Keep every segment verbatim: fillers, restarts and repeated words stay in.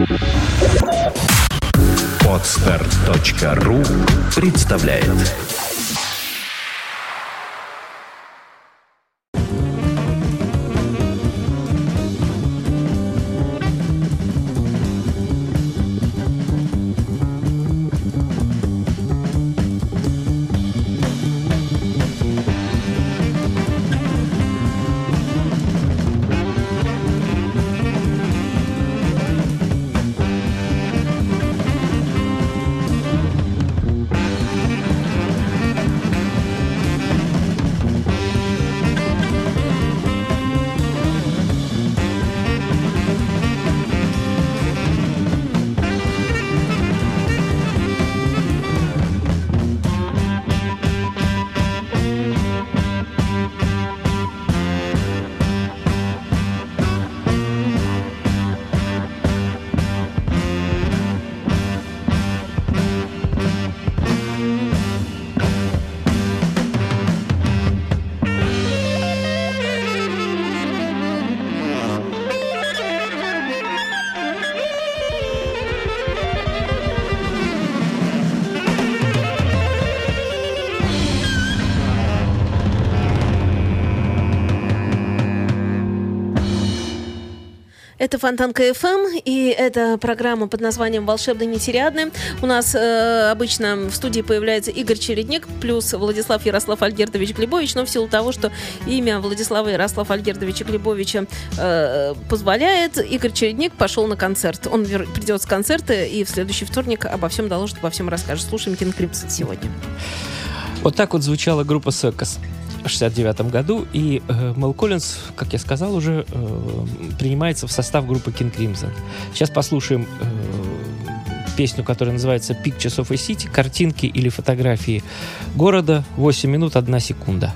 Подстар точка ру представляет. Это Фонтанка эф эм, и это программа под названием «Волшебные нетериадны». У нас э, обычно в студии появляется Игорь Чередник плюс Владислав Ярослав Альгердович Глебович, но в силу того, что имя Владислава Ярослава Альгердовича Глебовича э, позволяет, Игорь Чередник пошел на концерт. Он вер- придет с концерта и в следующий вторник обо всем доложит, обо всем расскажет. Слушаем King Crimson сегодня. Вот так вот звучала группа Circus в шестьдесят девятом году, и э, Мэл Коллинз, как я сказал, уже э, принимается в состав группы King Crimson. Сейчас послушаем э, песню, которая называется Pictures of a City, картинки или фотографии города, восемь минут одна секунда.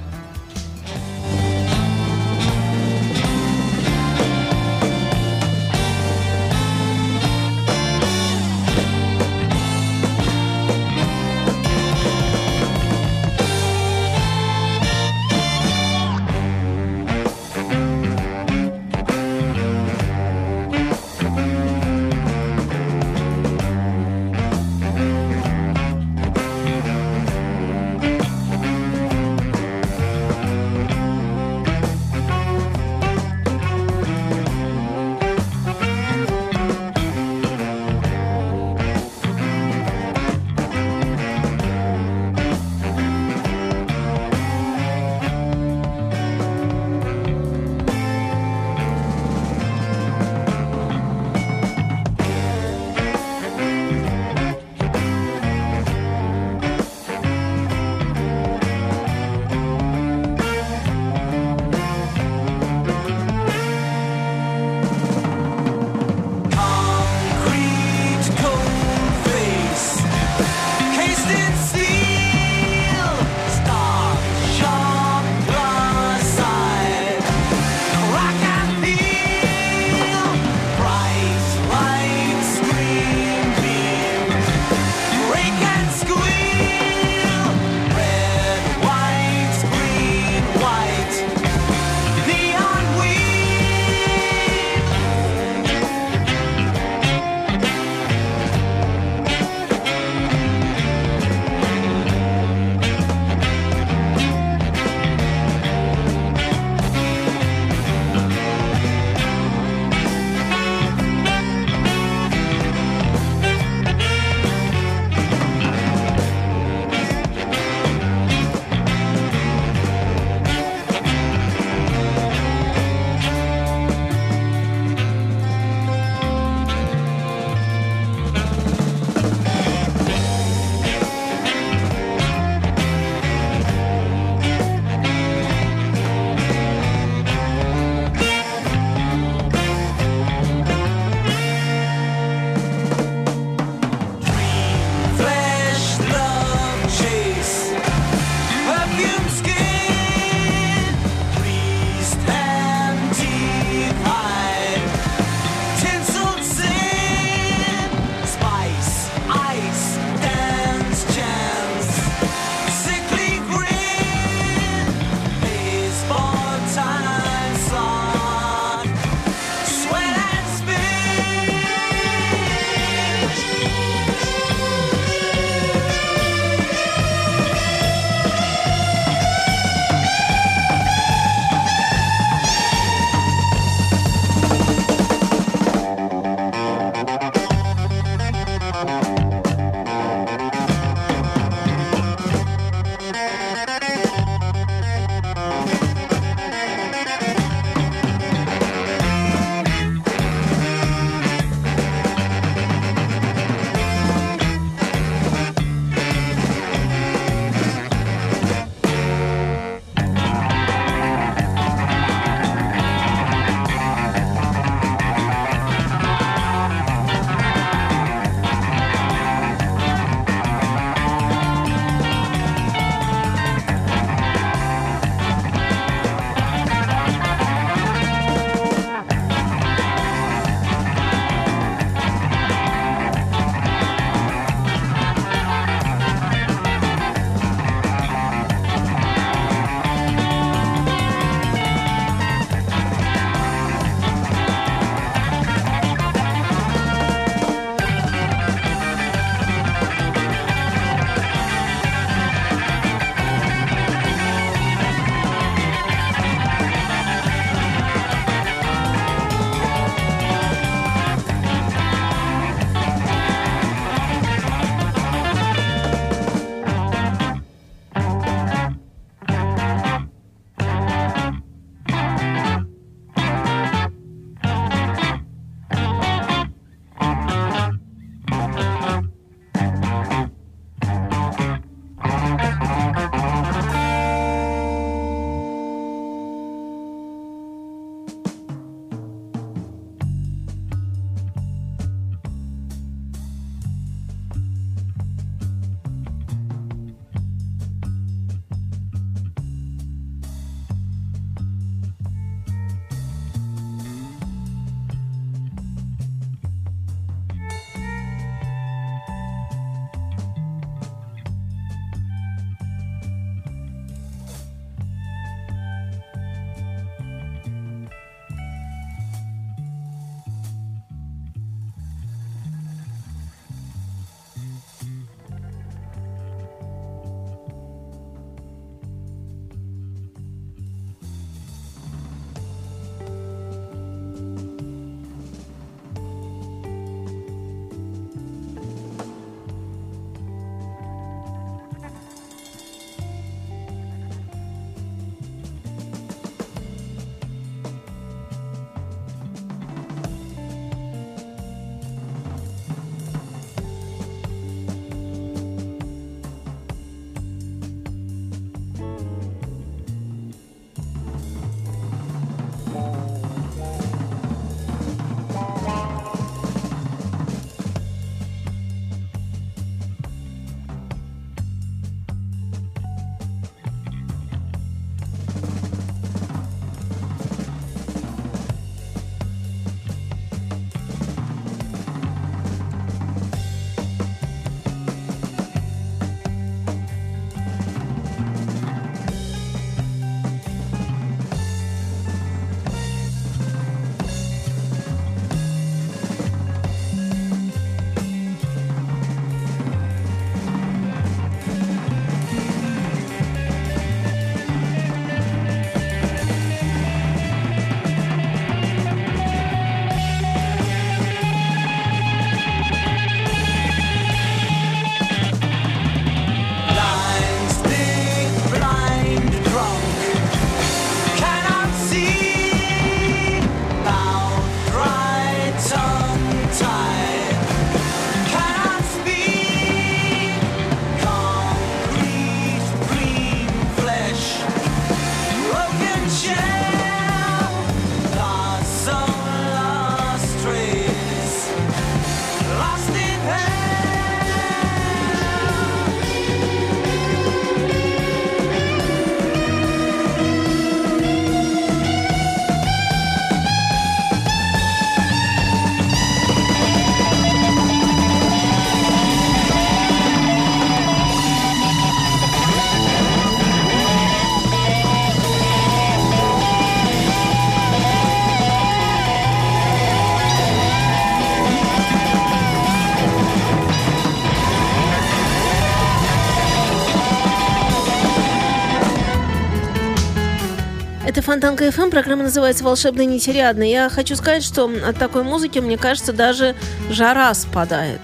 Фонтанка эф эм, программа называется «Волшебный нетериадный». Я хочу сказать, что от такой музыки, мне кажется, даже жара спадает.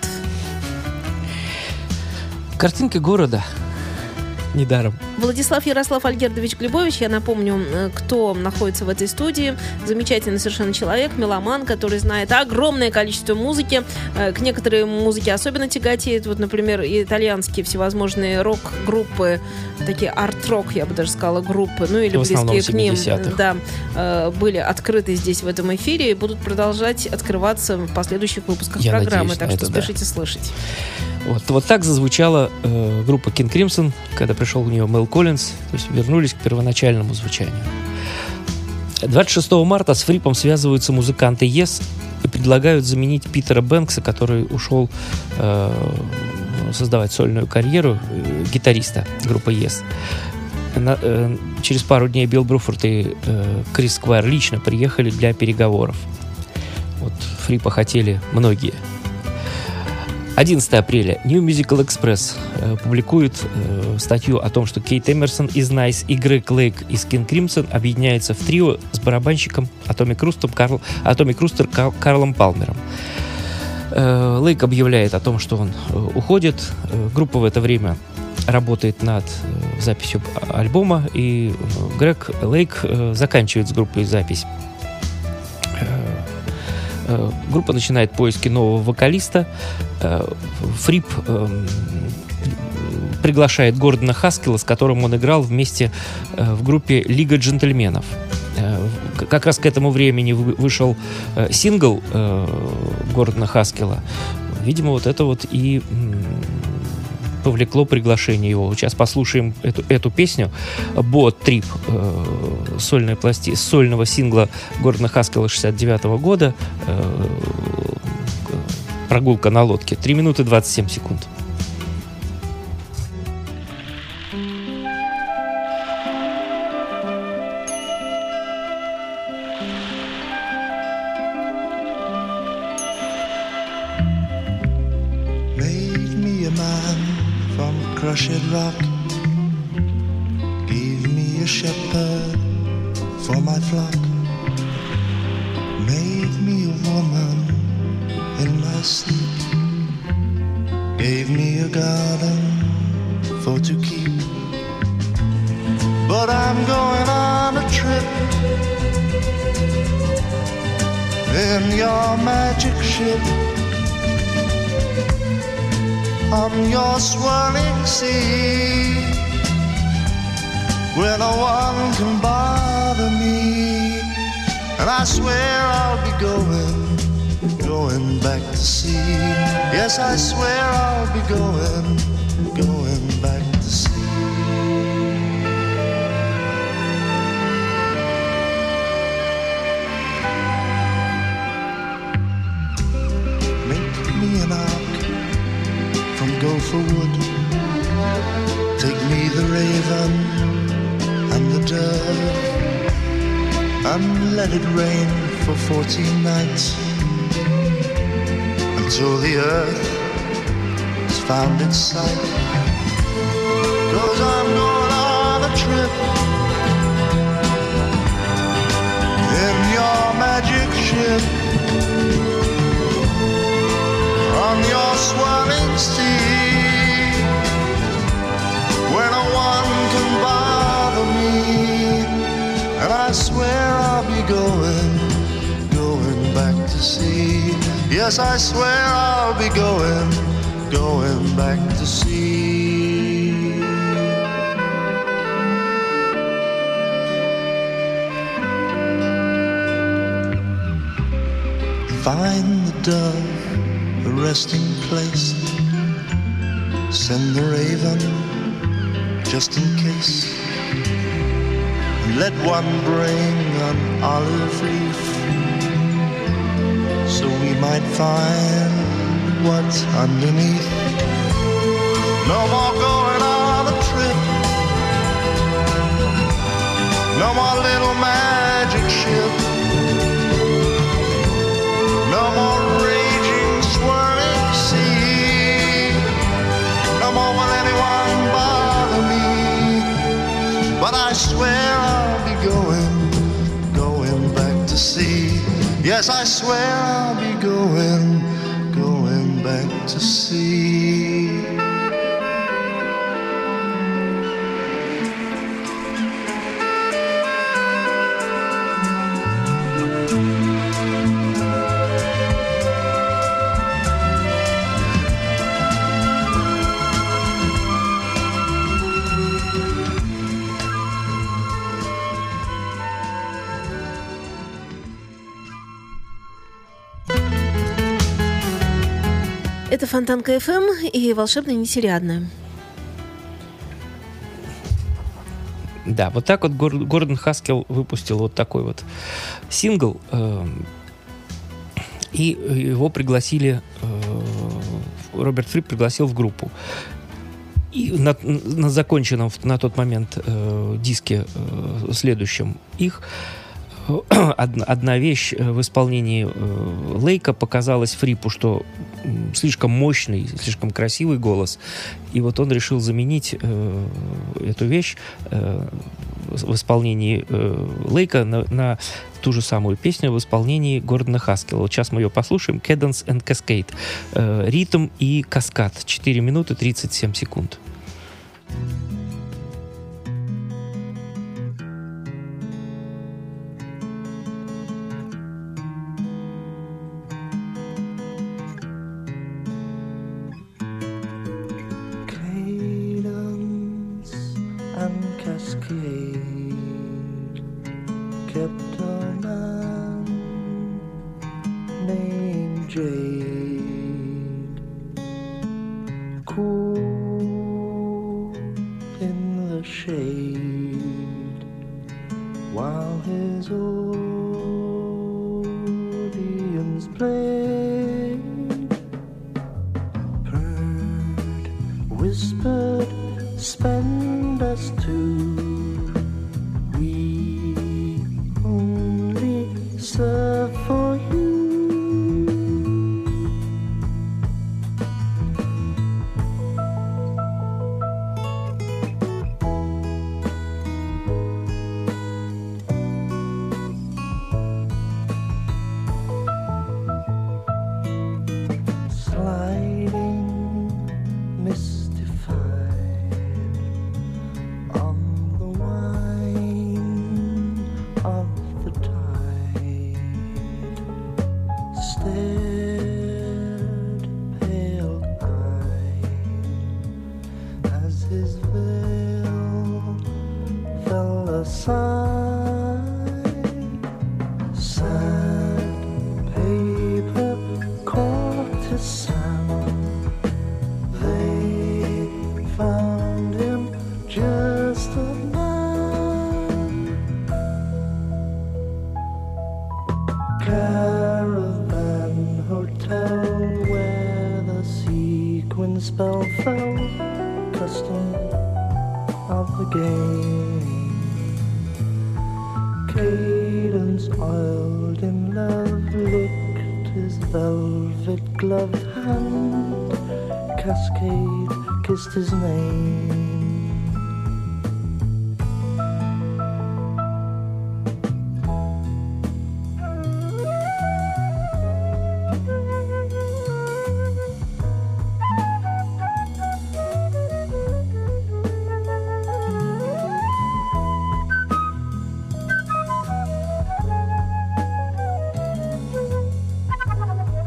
Картинки города. Недаром. Владислав Ярослав Альгердович Глебович, я напомню, кто находится в этой студии. Замечательный совершенно человек, меломан, который знает огромное количество музыки. К некоторой музыке особенно тяготеет. Вот, например, итальянские всевозможные рок-группы, такие арт-рок, я бы даже сказала, группы, ну или близкие к ним, да, были открыты здесь в этом эфире и будут продолжать открываться в последующих выпусках я программы. Надеюсь, так что это, спешите да. слышать. Вот, вот так зазвучала э, группа King Crimson, когда пришел в нее Мэл Коллинз, то есть вернулись к первоначальному звучанию. двадцать шестого марта с Фрипом связываются музыканты Yes и предлагают заменить Питера Бэнкса, который ушел э, создавать сольную карьеру э, гитариста группы Yes. На, э, через пару дней Билл Бруфорд и э, Крис Сквайр лично приехали для переговоров. Вот Фрипа хотели многие. одиннадцатого апреля New Musical Express э, публикует э, статью о том, что Кейт Эмерсон из Nice и Грег Лейк из King Crimson объединяются в трио с барабанщиком Атомик Рустер Карл, Атомик Рустер Кар, Карлом Палмером. Э, Лейк объявляет о том, что он э, уходит. Э, группа в это время работает над э, записью альбома, и э, Грег Лейк э, заканчивает с группой запись. Группа начинает поиски нового вокалиста. Фрип приглашает Гордона Хаскела, с которым он играл вместе в группе «Лига джентльменов». Как раз к этому времени вышел сингл Гордона Хаскела. Видимо, вот это вот и повлекло приглашение его. Сейчас послушаем эту, эту песню «Boat Trip», э, сольной пласти, сольного сингла Гордона Хаскела шестьдесят девятого года. Э, «Прогулка на лодке». три минуты двадцать семь секунд. Crushed rock, gave me a shepherd for my flock, made me a woman in my sleep, gave me a garden for to keep. But I'm going on a trip in your magic ship, on your swirling sea, where no one can bother me. And I swear I'll be going, going back to sea. Yes, I swear I'll be going, going back to sea. Make me an ark from gopher wood, take me the raven and the dove, and let it rain for fourteen nights, until the earth has found its site. 'Cause I'm going on a trip in your magic ship, on your swirling sea, where no one can bother me. And I swear I'll be going, going back to sea. Yes, I swear I'll be going, going back to sea. Find the dove a resting place, send the raven just in case, and let one bring an olive leaf, so we might find what's underneath. No more going on a trip, no more little magic ship, no more raging, swirling sea, no more will anyone bother me. But I swear I'll be going, Yes, I swear I'll be going, going back to sea. Это Фонтанка эф эм и волшебная несерядная. Да, вот так вот Гор- Гордон Хаскел выпустил вот такой вот сингл, э- и его пригласили, э- Роберт Фрип пригласил в группу. И на, на законченном на тот момент э- диске э- следующем их Одна, одна вещь в исполнении э, Лейка показалась Фрипу, что м, слишком мощный, слишком красивый голос. И вот он решил заменить э, эту вещь э, в исполнении э, Лейка на, на ту же самую песню в исполнении Гордона Хаскела. Вот сейчас мы ее послушаем. Cadence and Cascade. Э, ритм и каскад. четыре минуты тридцать семь секунд. Kept a man named Jade, cool in the shade, while his audience played. Purred, whispered, spend us two. Serve for you. Sliding, mystified on the wine of the tide. Stared pale-eyed as his veil fell aside. Sad paper courtesan, they found him just a man. Caravan hotel where the sequin spell fell, custom of the game. Cadence oiled in love licked his velvet gloved hand. Cascade kissed his name.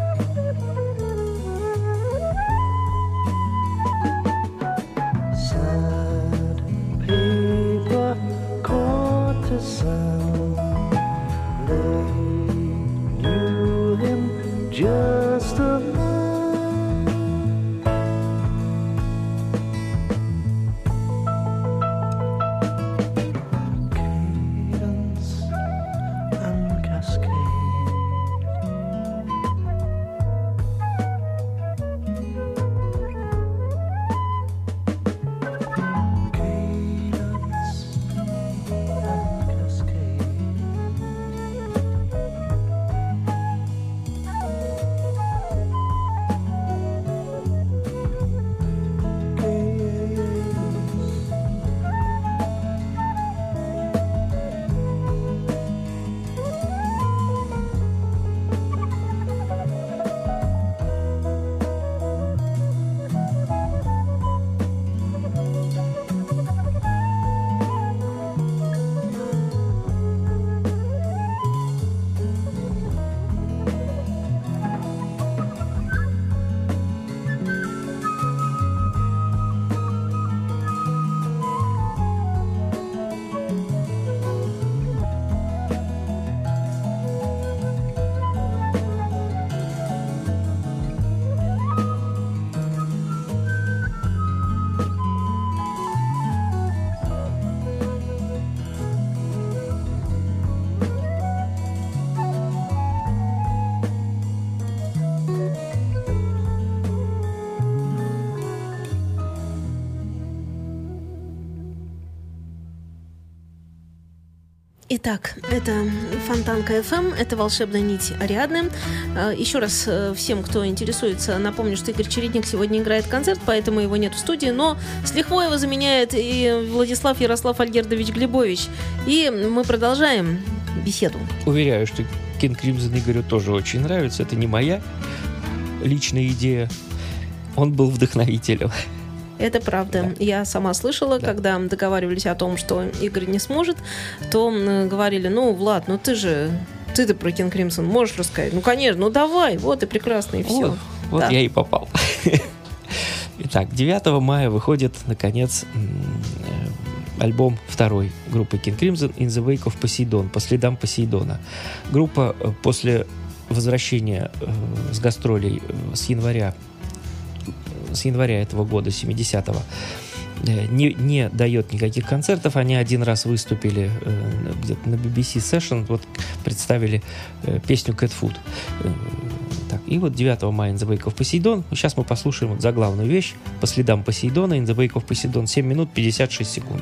Sad Итак, это Фонтанка эф эм, это «Волшебная нить Ариадны». Еще раз всем, кто интересуется, напомню, что Игорь Чередник сегодня играет концерт, поэтому его нет в студии, но с лихвой его заменяет и Владислав Ярослав Альгердович Глебович. И мы продолжаем беседу. Уверяю, что King Crimson Игорю тоже очень нравится. Это не моя личная идея. Он был вдохновителем. Это правда. Да. Я сама слышала, да. Когда договаривались о том, что Игорь не сможет, то говорили: ну, Влад, ну ты же, ты-то про King Crimson можешь рассказать? Ну, конечно, ну давай, вот и прекрасно, и все. Вот, вот да. Я и попал. Итак, девятого мая выходит, наконец, альбом второй группы King Crimson «In the Wake of Poseidon», по следам Посейдона. Группа после возвращения с гастролей с января с января этого года, семидесятого, не, не дает никаких концертов. Они один раз выступили э, где-то на би би си Session, вот представили э, песню Cat Food. Э, так, и вот девятого мая «In the Wake of Poseidon». Сейчас мы послушаем вот заглавную вещь «По следам Посейдона», «In the Wake of Poseidon», семь минут пятьдесят шесть секунд.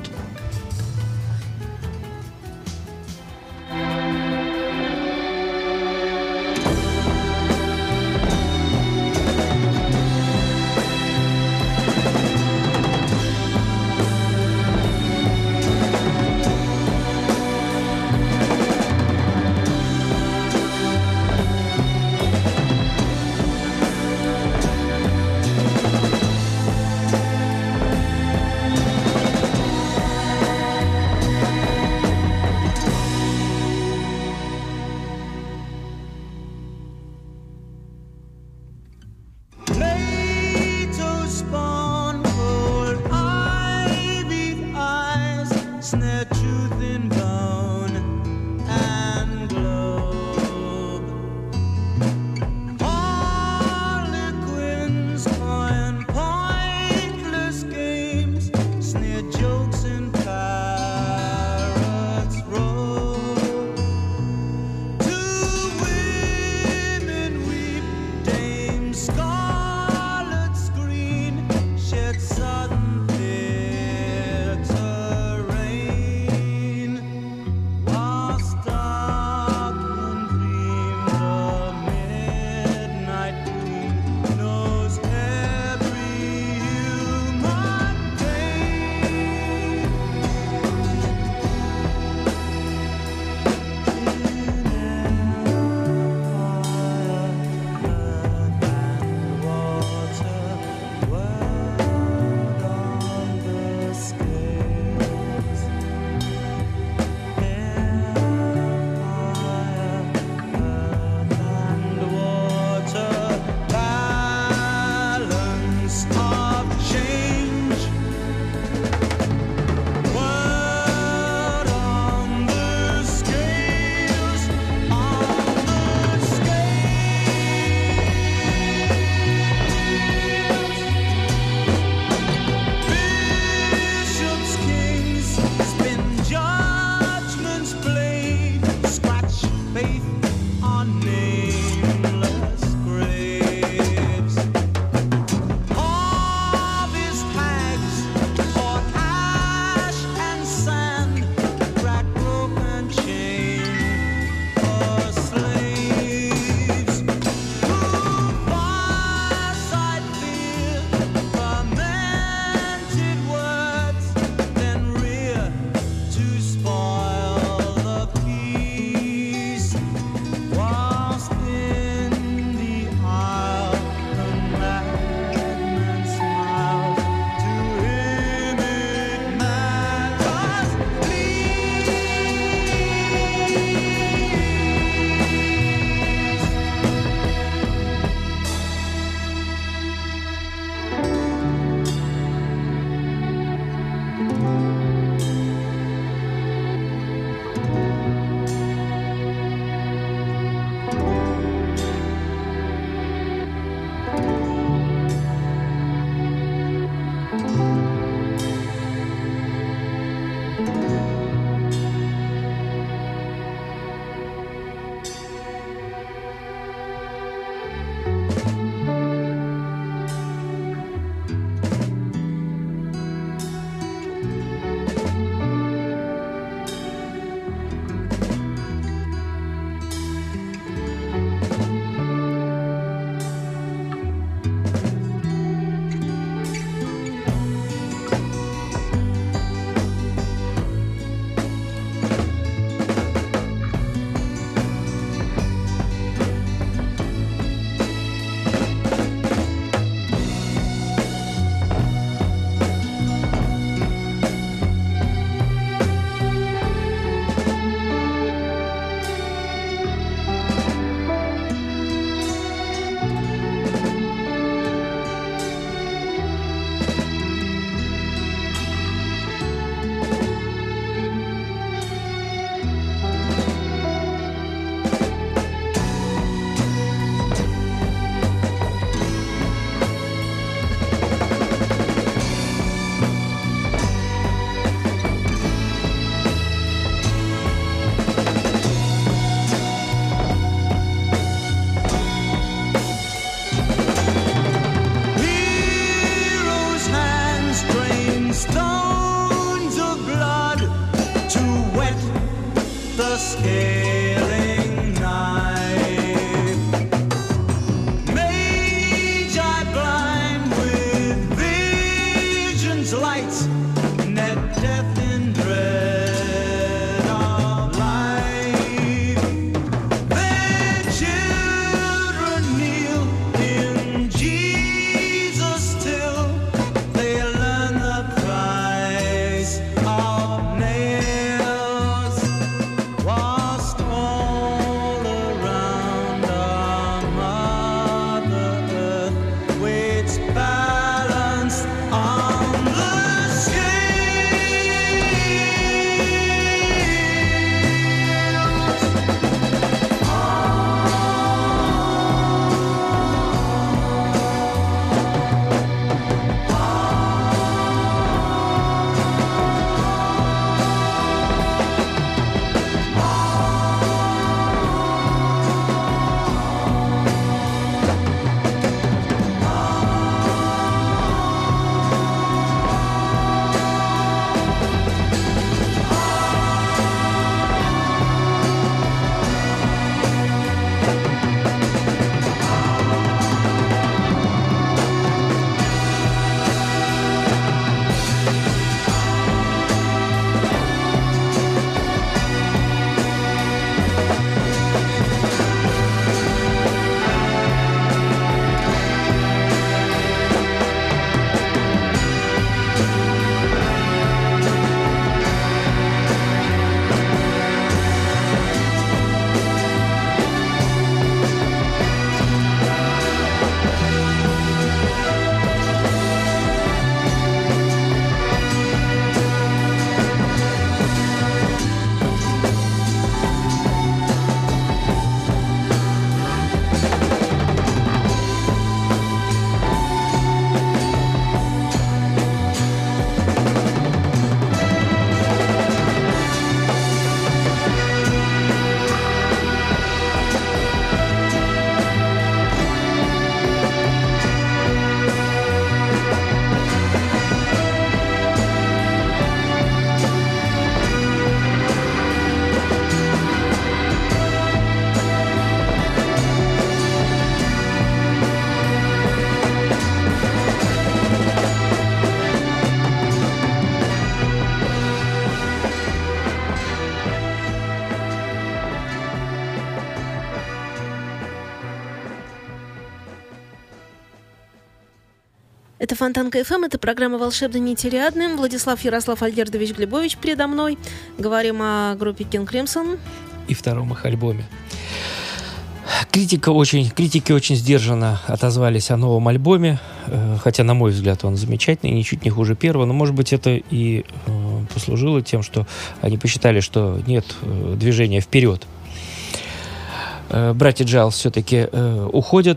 Это Фонтанка эф эм, это программа «Волшебно нетериадным». Владислав Ярослав Альгердович Глебович передо мной. Говорим о группе King Crimson. И втором их альбоме. Критика очень, критики очень сдержанно отозвались о новом альбоме, хотя, на мой взгляд, он замечательный, ничуть не хуже первого, но, может быть, это и послужило тем, что они посчитали, что нет движения вперед. Братья Джайлз все-таки уходят,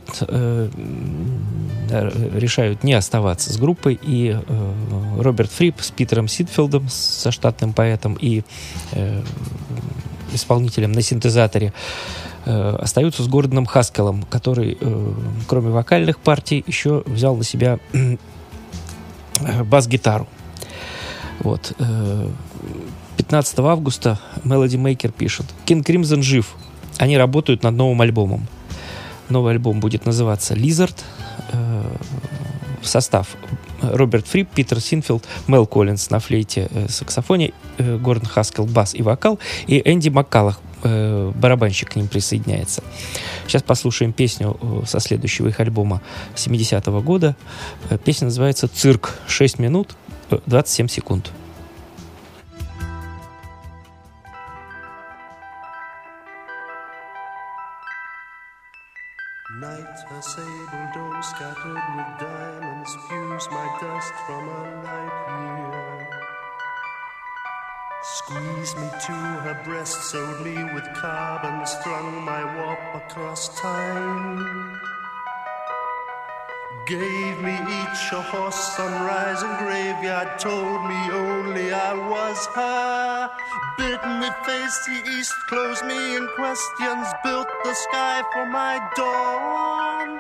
решают не оставаться с группой, и Роберт Фрип с Питером Ситфилдом, со штатным поэтом и исполнителем на синтезаторе, остаются с Гордоном Хаскеллом, который, кроме вокальных партий, еще взял на себя бас-гитару. Вот. пятнадцатого августа Melody Maker пишет: King Crimson жив. Они работают над новым альбомом. Новый альбом будет называться «Lizard». Состав: Роберт Фрип, Питер Синфилд, Мел Коллинз на флейте, саксофоне, Гордон Хаскелл бас и вокал, и Энди Маккаллах, барабанщик, к ним присоединяется. Сейчас послушаем песню со следующего их альбома семидесятого года. Песня называется «Цирк». шесть минут двадцать семь секунд. Night, her sable dome scattered with diamonds spews my dust from a light year. Squeezed me to her breast, sewed me with carbon, strung my warp across time. Gave me each a horse, sunrise and graveyard, told me only I was her. Bid me face the east, closed me in questions, built the sky for my dawn.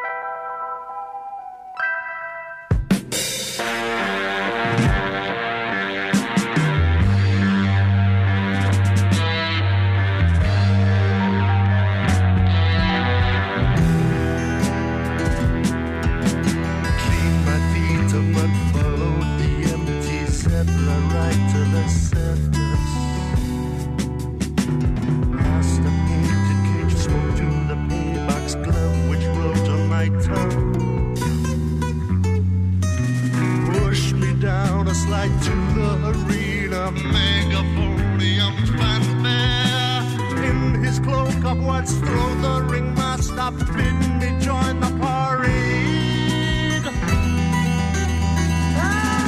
Slide to the arena, megaphonium fanfare. In his cloak upwards throw the ringmaster, bid me join the parade. Ah!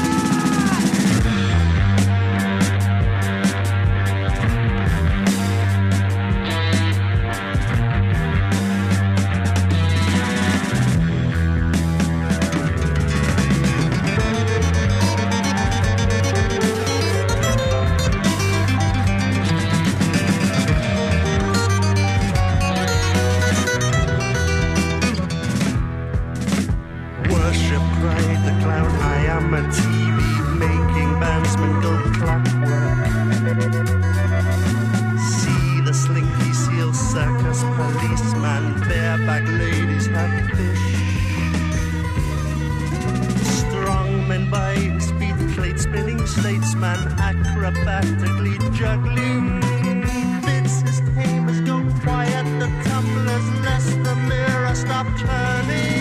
T V making bandsmen go clockwork. See the slinky seal circus policeman, bareback ladies have fish. Strongmen by his feet, plate spinning statesman, acrobatically juggling. Bids his tamers go quiet, the tumblers lest the mirror stop turning.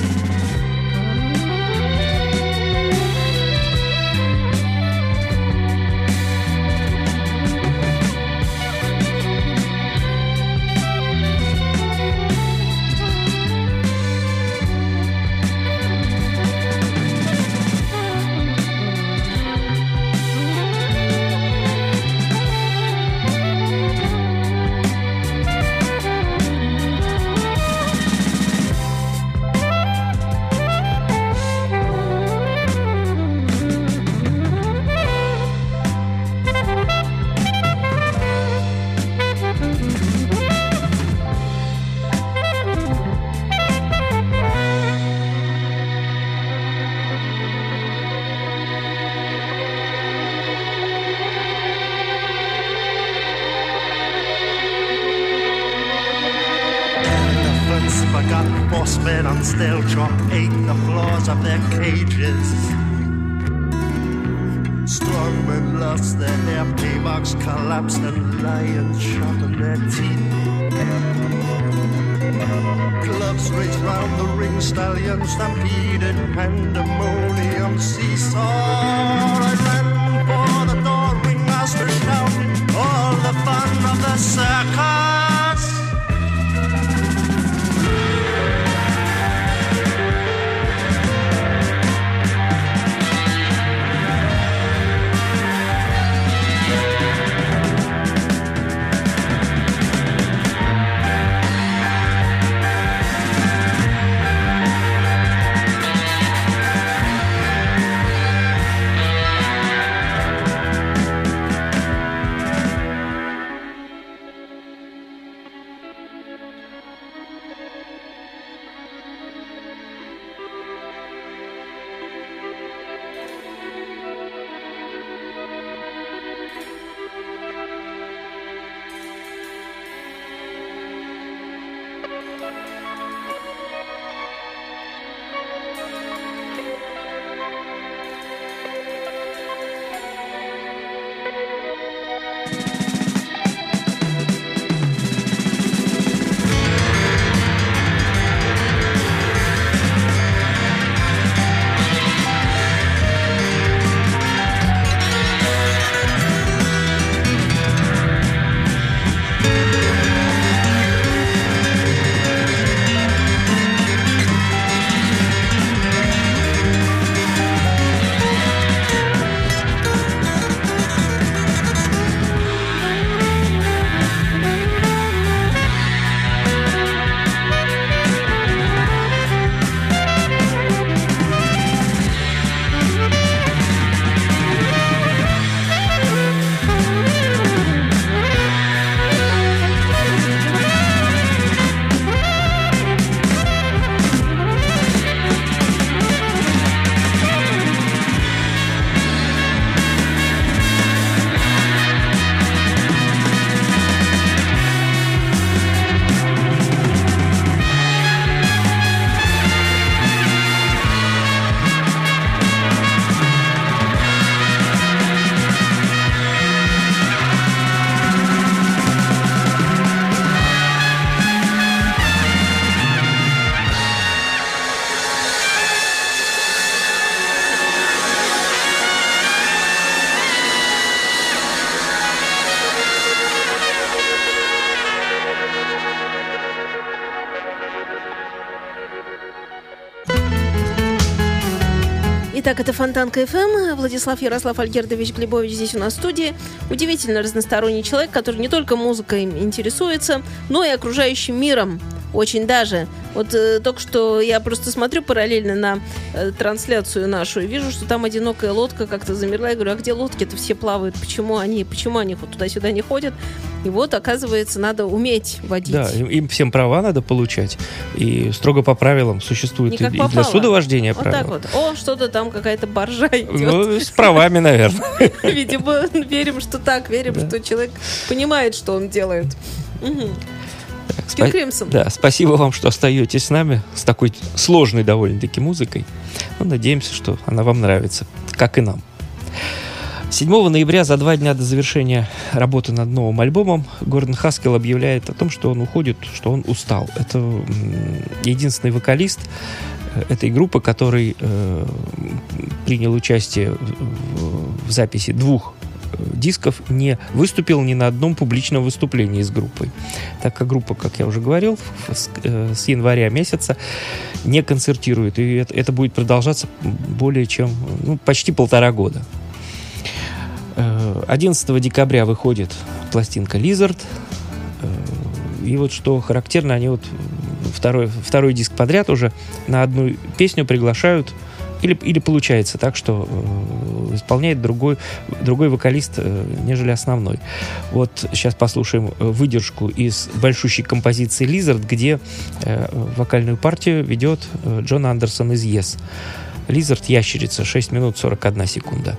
Bossmen on stale chalk ate the floors of their cages. Strongmen lost their hair, paybocks collapsed and lions shot in their teeth. Club dogs race round the ring, stallions stampeded, pandemonium seesaw. I ran for the door, ringmaster shouted, all the fun of the circus. Итак, это Фонтанка эф эм. Владислав Ярослав Альгердович Глебович здесь у нас в студии. Удивительно разносторонний человек, который не только музыкой интересуется, но и окружающим миром. Очень даже. Вот э, только что я просто смотрю параллельно на э, трансляцию нашу и вижу, что там одинокая лодка как-то замерла. Я говорю, а где лодки-то все плавают? Почему они, почему они вот туда-сюда не ходят? И вот, оказывается, надо уметь водить. Да, им, им всем права надо получать. И строго по правилам существует и, и для судовождения вот правила. Вот так вот. О, что-то там какая-то баржа идет. Ну, с правами, наверное. Видимо, верим, что так, верим, да. что человек понимает, что он делает. Угу. Кинг Кримсон. Да, спасибо вам, что остаетесь с нами с такой сложной довольно-таки музыкой. Ну, надеемся, что она вам нравится, как и нам. седьмого ноября, за два дня до завершения работы над новым альбомом, Гордон Хаскел объявляет о том, что он уходит, что он устал. Это единственный вокалист этой группы, который э, принял участие в, в записи двух дисков, не выступил ни на одном публичном выступлении с группой. Так как группа, как я уже говорил, с, э, с января месяца не концертирует. И это, это будет продолжаться более чем, ну, почти полтора года. одиннадцатого декабря выходит пластинка Lizard. И вот что характерно, они вот второй, второй диск подряд уже на одну песню приглашают, или, или получается так, что э, исполняет другой, другой вокалист, э, нежели основной. Вот сейчас послушаем выдержку из большущей композиции Lizard, где э, вокальную партию ведет э, Джон Андерсон из Yes. Lizard, ящерица, шесть минут сорок одна секунда.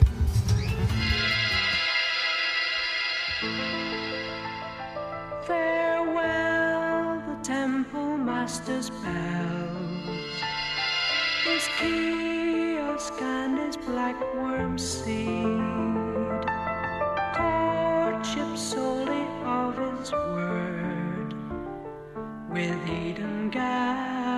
With Eden guide.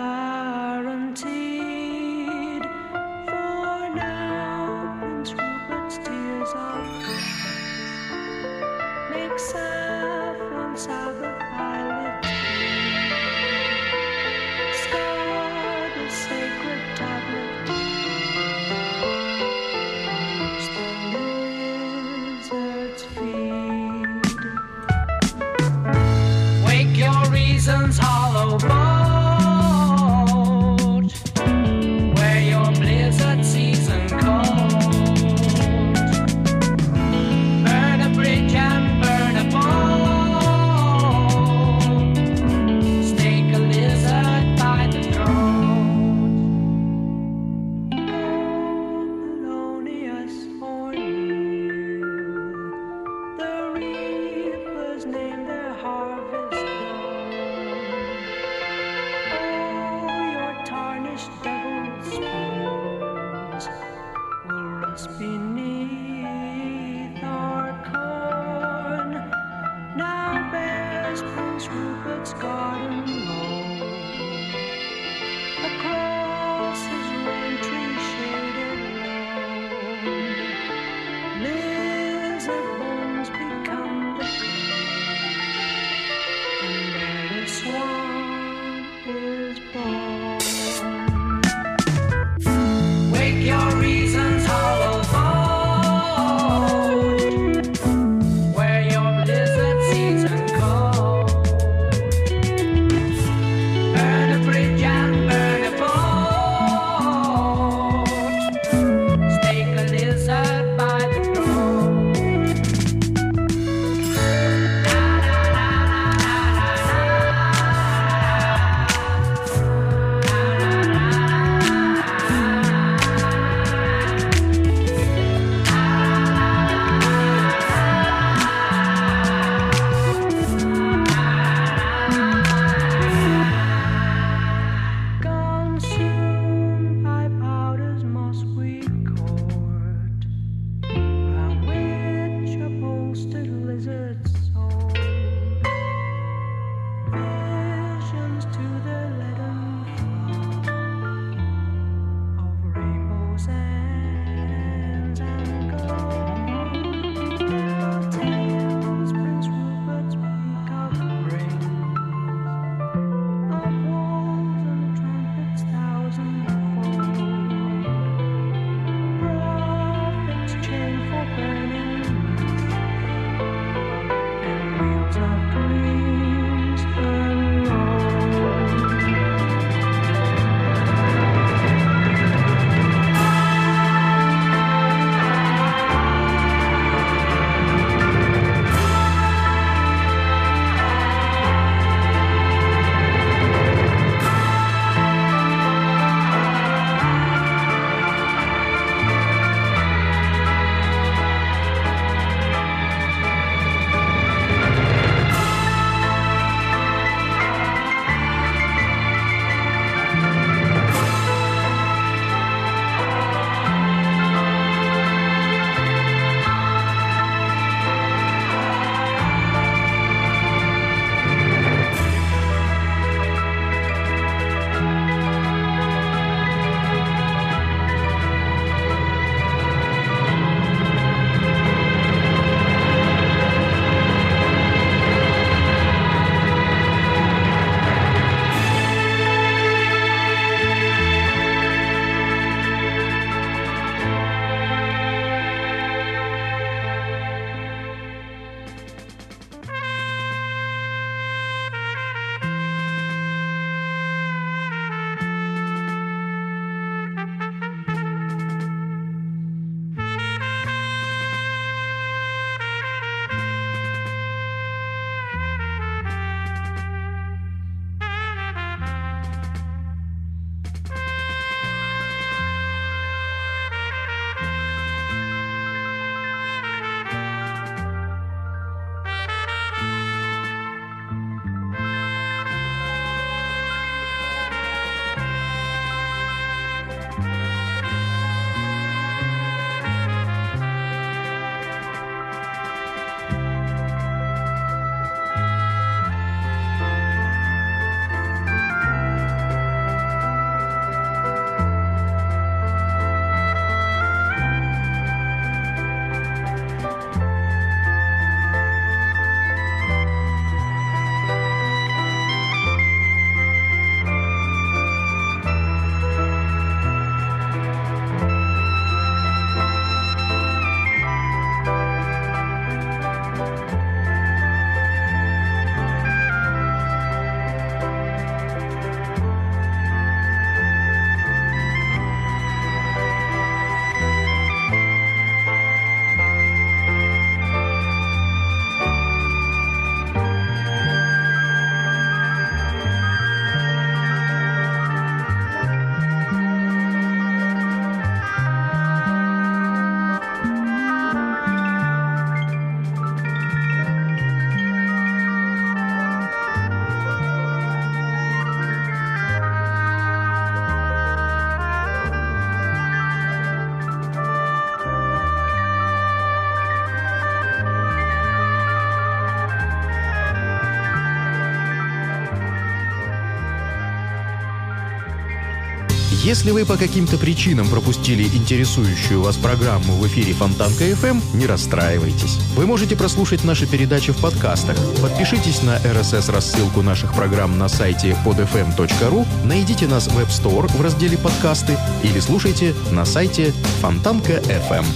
Если вы по каким-то причинам пропустили интересующую вас программу в эфире Фонтанка эф эм, не расстраивайтесь. Вы можете прослушать наши передачи в подкастах. Подпишитесь на эр эс эс-рассылку наших программ на сайте под эф эм точка ру, найдите нас в App Store в разделе «Подкасты» или слушайте на сайте Фонтанка эф эм.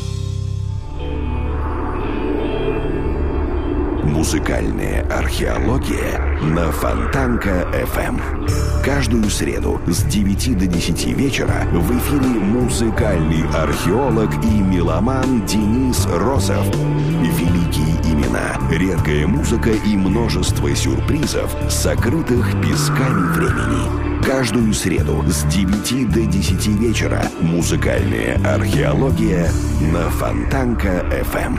Музыкальная археология на Фонтанка эф эм. Каждую среду с девяти до десяти вечера в эфире музыкальный археолог и меломан Денис Росов. Великие имена, редкая музыка и множество сюрпризов, сокрытых песками времени. Каждую среду с девяти до десяти вечера музыкальная археология на Фонтанка эф эм.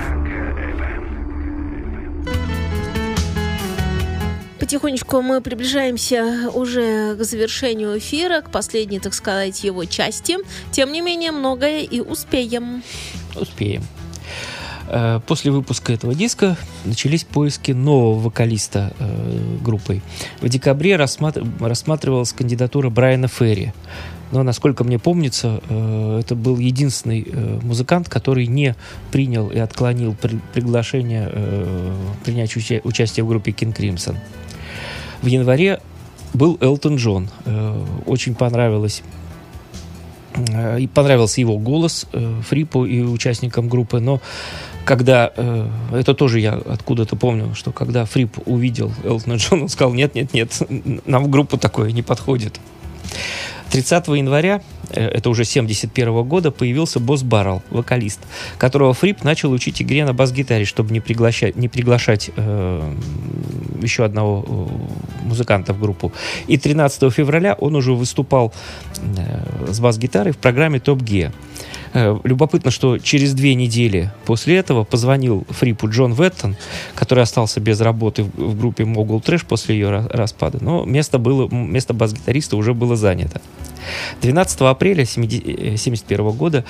Потихонечку мы приближаемся уже к завершению эфира, к последней, так сказать, его части. Тем не менее, многое и успеем. Успеем. После выпуска этого диска начались поиски нового вокалиста э, группой. В декабре рассматр... рассматривалась кандидатура Брайана Ферри. Но, насколько мне помнится, э, это был единственный э, музыкант, который не принял и отклонил при- приглашение э, принять уча- участие в группе King Crimson. В январе был Элтон Джон. Э, очень понравилось, э, и понравился его голос э, Фрипу и участникам группы, но когда, э, это тоже я откуда-то помню, что когда Фрип увидел Элтона Джона, он сказал: нет-нет-нет, нам в группу такое не подходит. тридцатого января, это уже семьдесят первого года, появился Босс Баррелл, вокалист, которого Фрип начал учить игре на бас-гитаре, чтобы не приглашать, не приглашать э, еще одного э, музыканта в группу. И тринадцатого февраля он уже выступал э, с бас-гитарой в программе Top Gear. Э, любопытно, что через две недели после этого позвонил Фрипу Джон Веттон, который остался без работы в, в группе Mogul Trash после ее ra- распада, но место, было, место бас-гитариста уже было занято. двенадцатого апреля семьдесят первого года,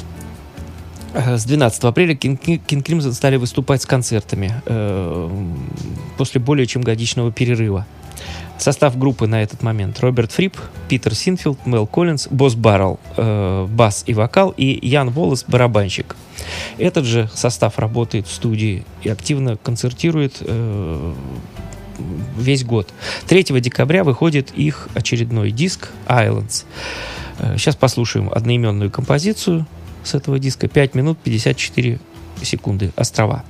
с двенадцатого апреля King, King Crimson стали выступать с концертами э, после более чем годичного перерыва. Состав группы на этот момент: Роберт Фрип, Питер Синфилд, Мел Коллинз, Босс Баррелл, э, бас и вокал, и Ян Волос, барабанщик. Этот же состав работает в студии и активно концертирует э, весь год. третьего декабря выходит их очередной диск «Islands». Сейчас послушаем одноименную композицию с этого диска. пять минут пятьдесят четыре секунды. «Острова».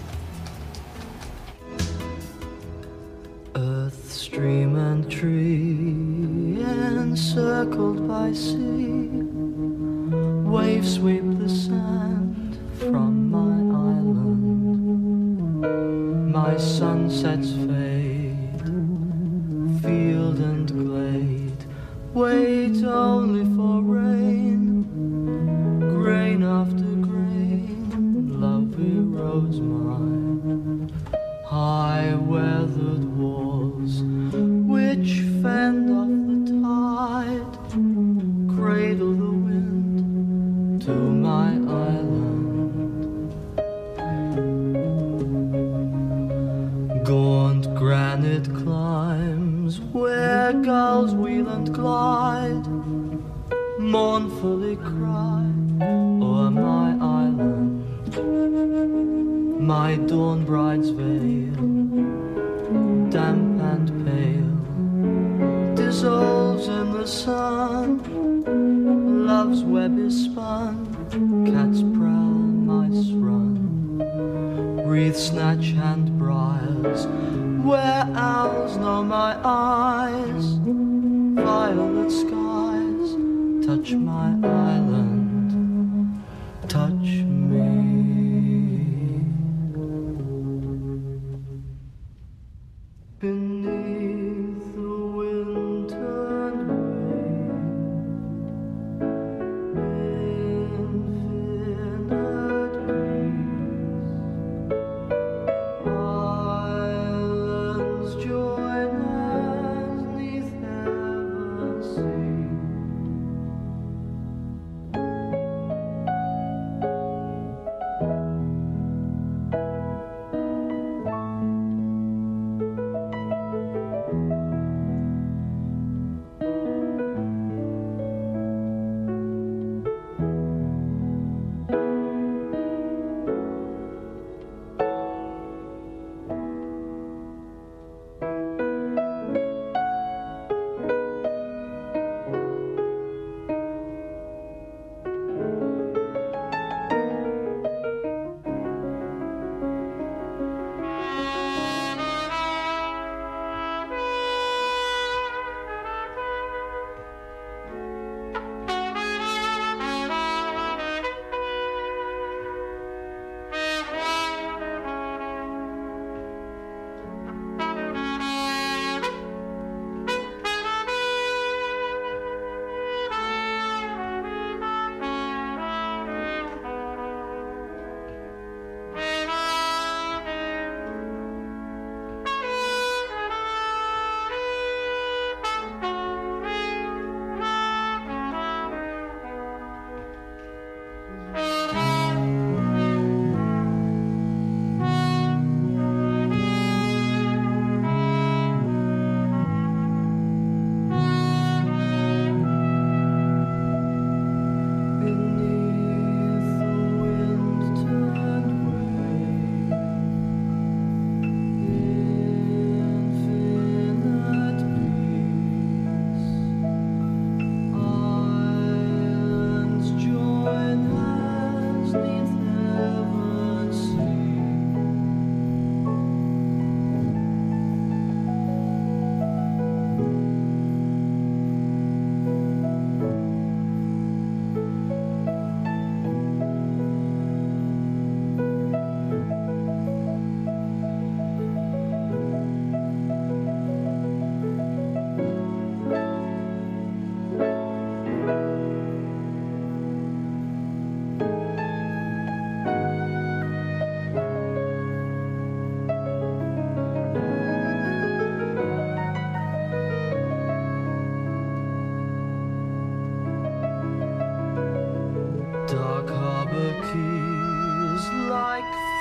Earth, stream and tree, encircled by sea, waves sweep the sand from my island. My sunsets fade, field and glade, wait only for rain. Grain after grain, love erodes mine. High weathered walls, which fend off the tide, cradle the wind to my island. Gaunt granite climbs where gulls wheel and glide, mournfully cry o'er my island. My dawn bride's veil, damp and pale, dissolves in the sun. Love's web is spun, cats prowl, mice run, wreaths snatch and briars where owls know my eyes. Violet skies touch my island, touch me. Beneath the wind-turned wave, infinite peace, islands join hands 'neath heaven's sea.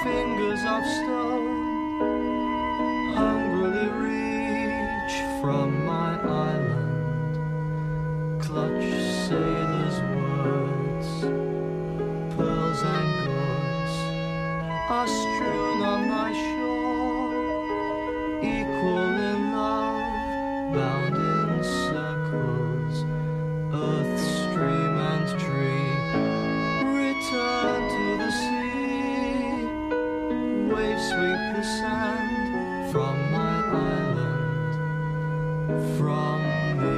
fingers of stone hungrily reach from my island, clutch sailors' words, pearls and goods are strewn on my shore, equal in love, bound in circles, earth, stream and tree, return to the sea, waves sweep the sand from my island, from me.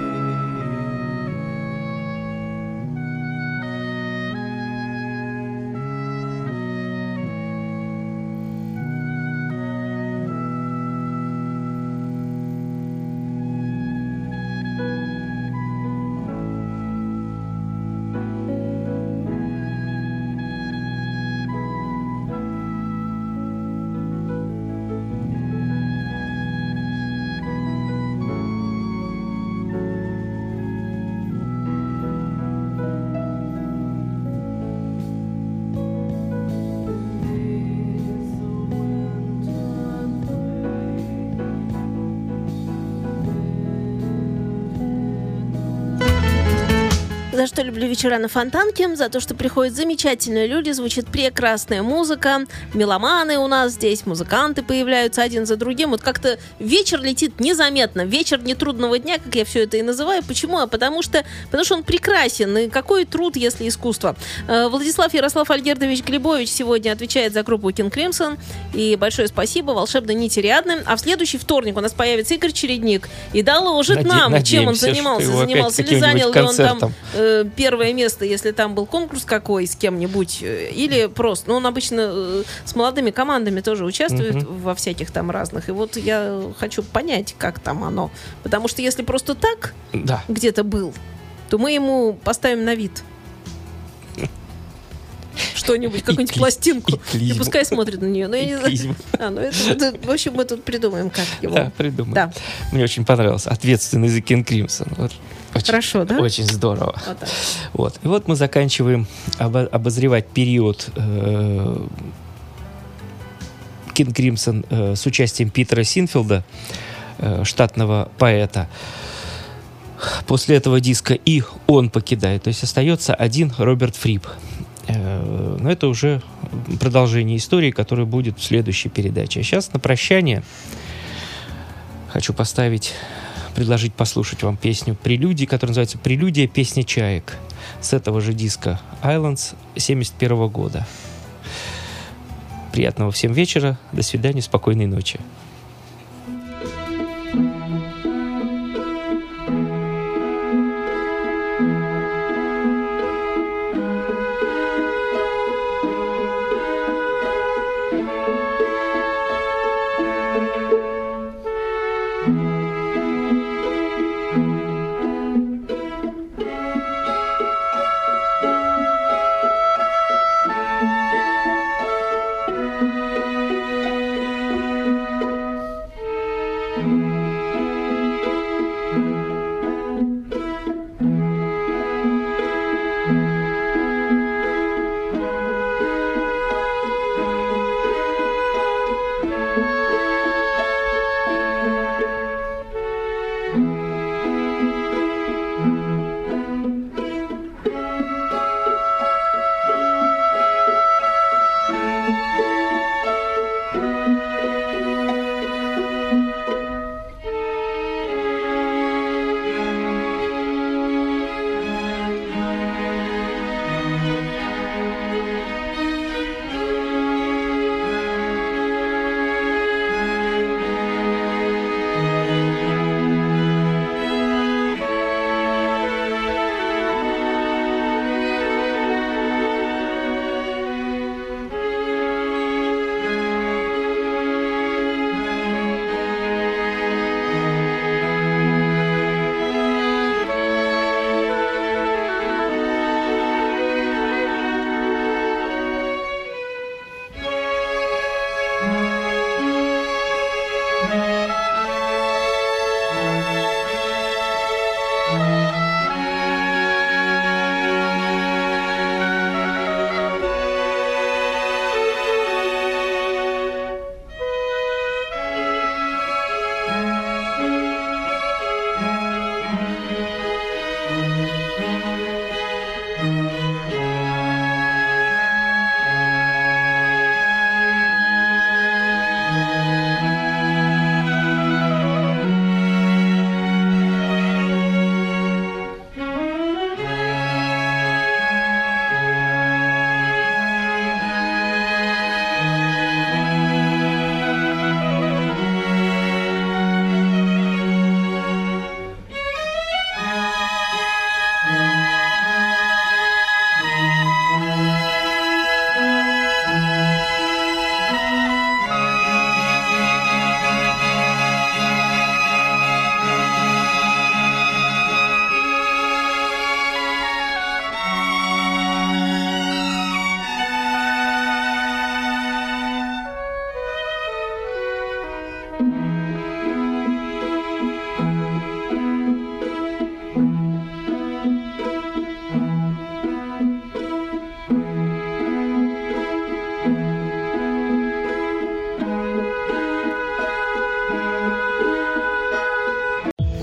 За что люблю вечера на Фонтанке? За то, что приходят замечательные люди, звучит прекрасная музыка, меломаны у нас здесь, музыканты появляются один за другим. Вот как-то вечер летит незаметно, вечер нетрудного дня, как я все это и называю. Почему? А потому что, потому что он прекрасен. И какой труд, если искусство? Владислав Ярослав Альгердович Глебович сегодня отвечает за группу King Crimson. И большое спасибо, волшебной нити Риадны. А в следующий вторник у нас появится Игорь Чередник и доложит Наде- нам, чем он надеемся, занимался. что его опять Занимался с ли, занял ли он каким-нибудь там первое место, если там был конкурс какой с кем-нибудь, или просто, ну, он обычно с молодыми командами тоже участвует mm-hmm. во всяких там разных, и вот я хочу понять, как там оно, потому что если просто так да. где-то был, то мы ему поставим на вид что-нибудь, какую-нибудь и пластинку, и, и пускай смотрит на нее. Но я не знаю. А, ну это, это, в общем, мы тут придумаем, как его. Да, придумаем. Да. Мне очень понравился ответственный за King Crimson. Вот. Очень, Хорошо, да? Очень здорово. Вот, так. Вот. И вот мы заканчиваем обо- обозревать период э- King Crimson э- с участием Питера Синфилда, э- штатного поэта. После этого диска и он покидает. То есть остается один Роберт Фрип. Э- но это уже продолжение истории, которая будет в следующей передаче. А сейчас на прощание хочу поставить... предложить послушать вам песню «Прелюдии», которая называется «Прелюдия. Песня чаек» с этого же диска «Islands» семьдесят первого года. Приятного всем вечера. До свидания. Спокойной ночи.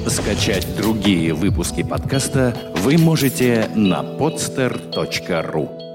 Скачать другие выпуски подкаста вы можете на podster точка ру.